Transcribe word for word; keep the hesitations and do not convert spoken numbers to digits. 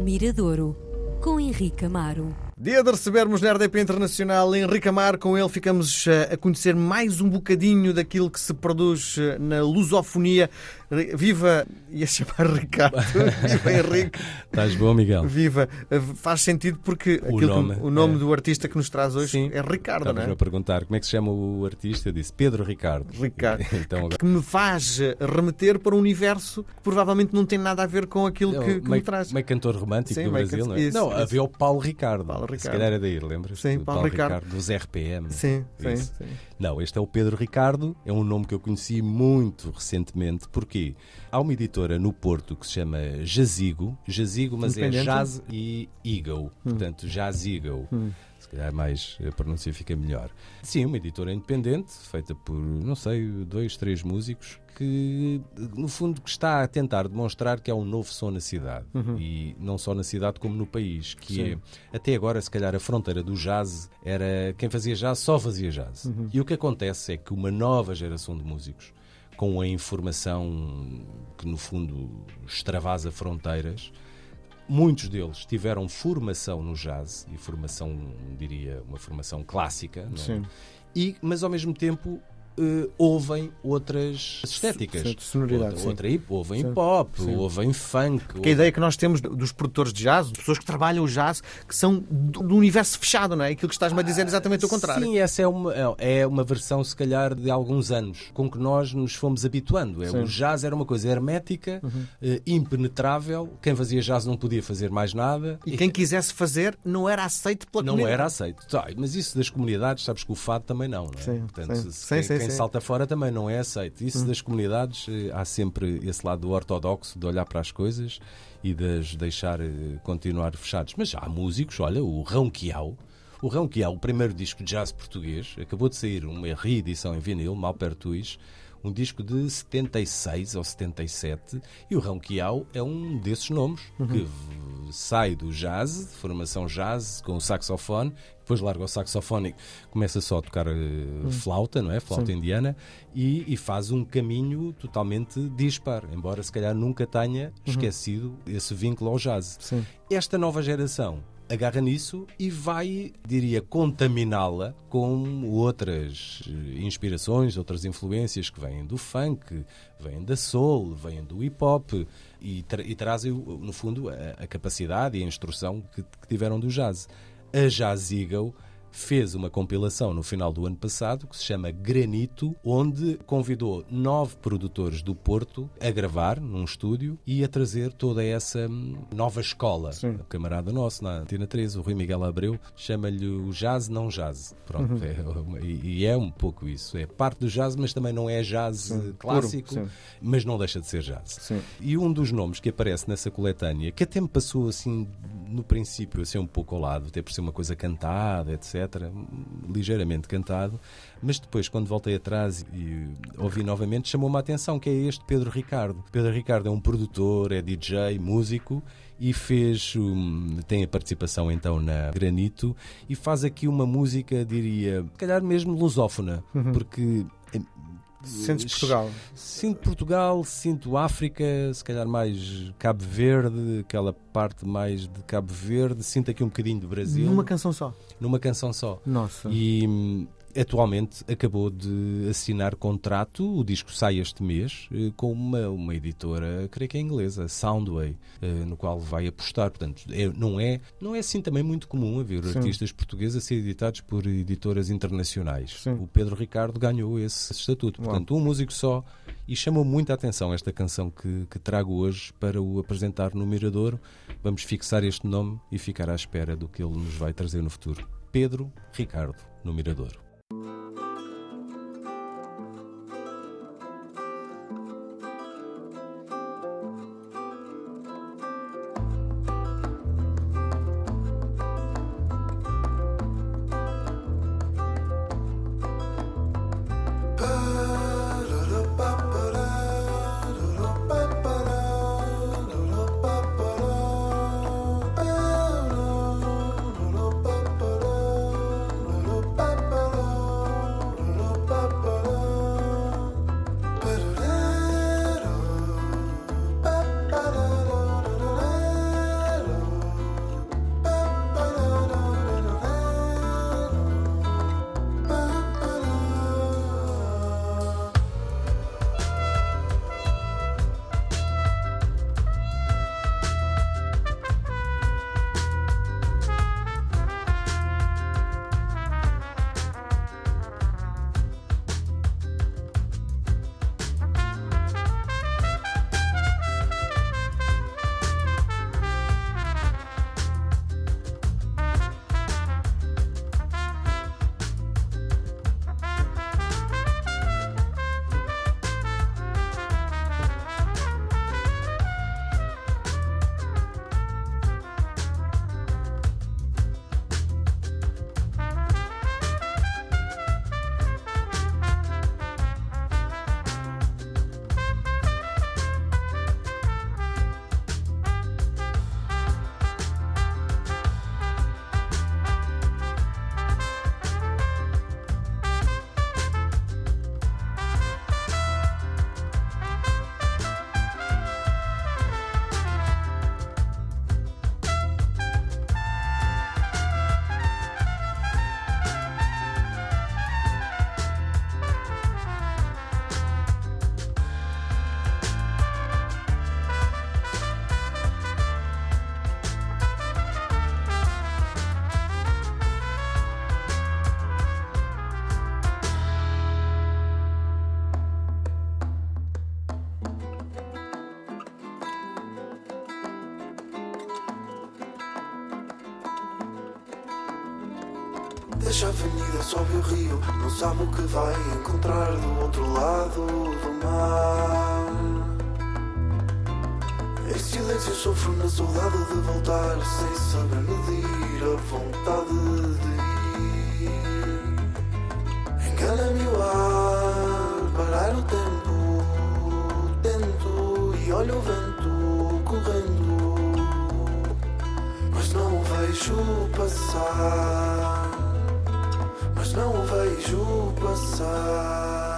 Miradouro, com Henrique Amaro. Dia de recebermos na R D P Internacional Henrique Amaro. Com ele ficamos a conhecer mais um bocadinho daquilo que se produz na lusofonia. Viva, ia chamar Ricardo. Viva, Henrique. Estás bom, Miguel? Viva. Faz sentido porque o aquilo nome, que, o nome é... do artista que nos traz hoje Sim, é Ricardo, não é? Estavas-me a perguntar como é que se chama o artista. Eu disse Pedro Ricardo. Ricardo. Então, agora... Que me faz remeter para um universo que provavelmente não tem nada a ver com aquilo que, que meio, me traz. Meio cantor romântico Sim, do Brasil, can... não é? Isso, não, isso. havia o Paulo Ricardo. Paulo Ricardo. Se calhar é daí, lembras? Sim, Paulo, Paulo Ricardo. Ricardo dos R P M. Sim, sim, sim. Não, este é o Pedro Ricardo. É um nome que eu conheci muito recentemente. Porquê? Há uma editora no Porto que se chama Jazigo. Jazigo, mas é Jazz e Ego. Hum. Portanto, Jazz Ego. Hum. Se calhar mais a pronúncia fica melhor. Sim, uma editora independente, feita por, não sei, dois, três músicos, que no fundo que está a tentar demonstrar que há um novo som na cidade. Uhum. E não só na cidade como no país, que Sim. é, até agora, se calhar a fronteira do jazz era quem fazia jazz só fazia jazz. Uhum. E o que acontece é que uma nova geração de músicos, com a informação que no fundo extravasa fronteiras, muitos deles tiveram formação no jazz, e formação, diria, uma formação clássica, não é? E, mas ao mesmo tempo Uh, ouvem outras estéticas, sonoridade, outra, outra hip, ouvem hip hop, sim. ouvem funk. Porque a ideia que nós temos dos produtores de jazz, pessoas que trabalham o jazz, que são do, do universo fechado, não é? Aquilo que estás-me a dizer é exatamente o contrário. Sim, essa é uma, é uma versão, se calhar, de alguns anos, com que nós nos fomos habituando. É, o jazz era uma coisa hermética, uhum. uh, impenetrável, quem fazia jazz não podia fazer mais nada. E quem quisesse fazer não era aceito pela não comunidade. Não era aceito. Tá, mas isso das comunidades, sabes que o fado também não, não é? Sim, Portanto, sim. Se, sim, quem, sim, quem sim. salta fora também não é aceito. Isso hum. das comunidades, há sempre esse lado ortodoxo de olhar para as coisas e de as deixar continuar fechados. Mas há músicos, olha, o Rão Quiau, o Rão Quiau, o primeiro disco de jazz português, acabou de sair uma reedição em vinil, Malpertuis, um disco de setenta e seis ou setenta e sete, e o Rão Quiau é um desses nomes uhum. que sai do jazz, de formação jazz, com o saxofone, depois larga o saxofone e começa só a tocar uh, uhum. flauta, não é? Flauta Sim. indiana, e, e faz um caminho totalmente dispar, embora se calhar nunca tenha uhum. esquecido esse vínculo ao jazz. Sim. Esta nova geração agarra nisso e vai, diria, contaminá-la com outras inspirações, outras influências que vêm do funk, vêm da soul, vêm do hip-hop e, tra- e trazem, no fundo, a, a capacidade e a instrução que, que tiveram do jazz. A Jazz Eagle fez uma compilação no final do ano passado que se chama Granito, onde convidou nove produtores do Porto a gravar num estúdio e a trazer toda essa nova escola. Sim. O camarada nosso na Antena três, o Rui Miguel Abreu, chama-lhe o jazz não jazz. Pronto, uhum. é, e é um pouco isso. É parte do jazz, mas também não é jazz Sim. clássico, Sim. mas não deixa de ser jazz. Sim. E um dos nomes que aparece nessa coletânea, que até me passou assim, no princípio, assim um pouco ao lado, até por ser uma coisa cantada, etcétera, ligeiramente cantado, mas depois, quando voltei atrás e ouvi novamente, chamou-me a atenção, que é este Pedro Ricardo. Pedro Ricardo é um produtor, é D J, músico, e fez um, tem a participação então na Granito, e faz aqui uma música, diria, se calhar mesmo lusófona, uhum. porque... Sentes Portugal? Sinto Portugal, sinto África, se calhar mais Cabo Verde, aquela parte mais de Cabo Verde, sinto aqui um bocadinho de Brasil. Numa canção só? Numa canção só. Nossa. E atualmente acabou de assinar contrato, o disco sai este mês, com uma, uma editora, creio que é inglesa, Soundway, no qual vai apostar. Portanto, é, não, é, não é assim também muito comum haver Sim. artistas portugueses a ser editados por editoras internacionais. Sim. O Pedro Ricardo ganhou esse estatuto. Portanto, Uau. um músico só, e chamou muita atenção esta canção que, que trago hoje para o apresentar no Miradouro. Vamos fixar este nome e ficar à espera do que ele nos vai trazer no futuro. Pedro Ricardo, no Miradouro. Deixa a avenida, sobe o rio, não sabe o que vai encontrar do outro lado do mar. Em silêncio sofro na saudade de voltar, sem saber medir a vontade de ir. Engana-me o ar, parar o tempo, tento e olho o vento correndo, mas não o vejo passar, mas não o vejo passar.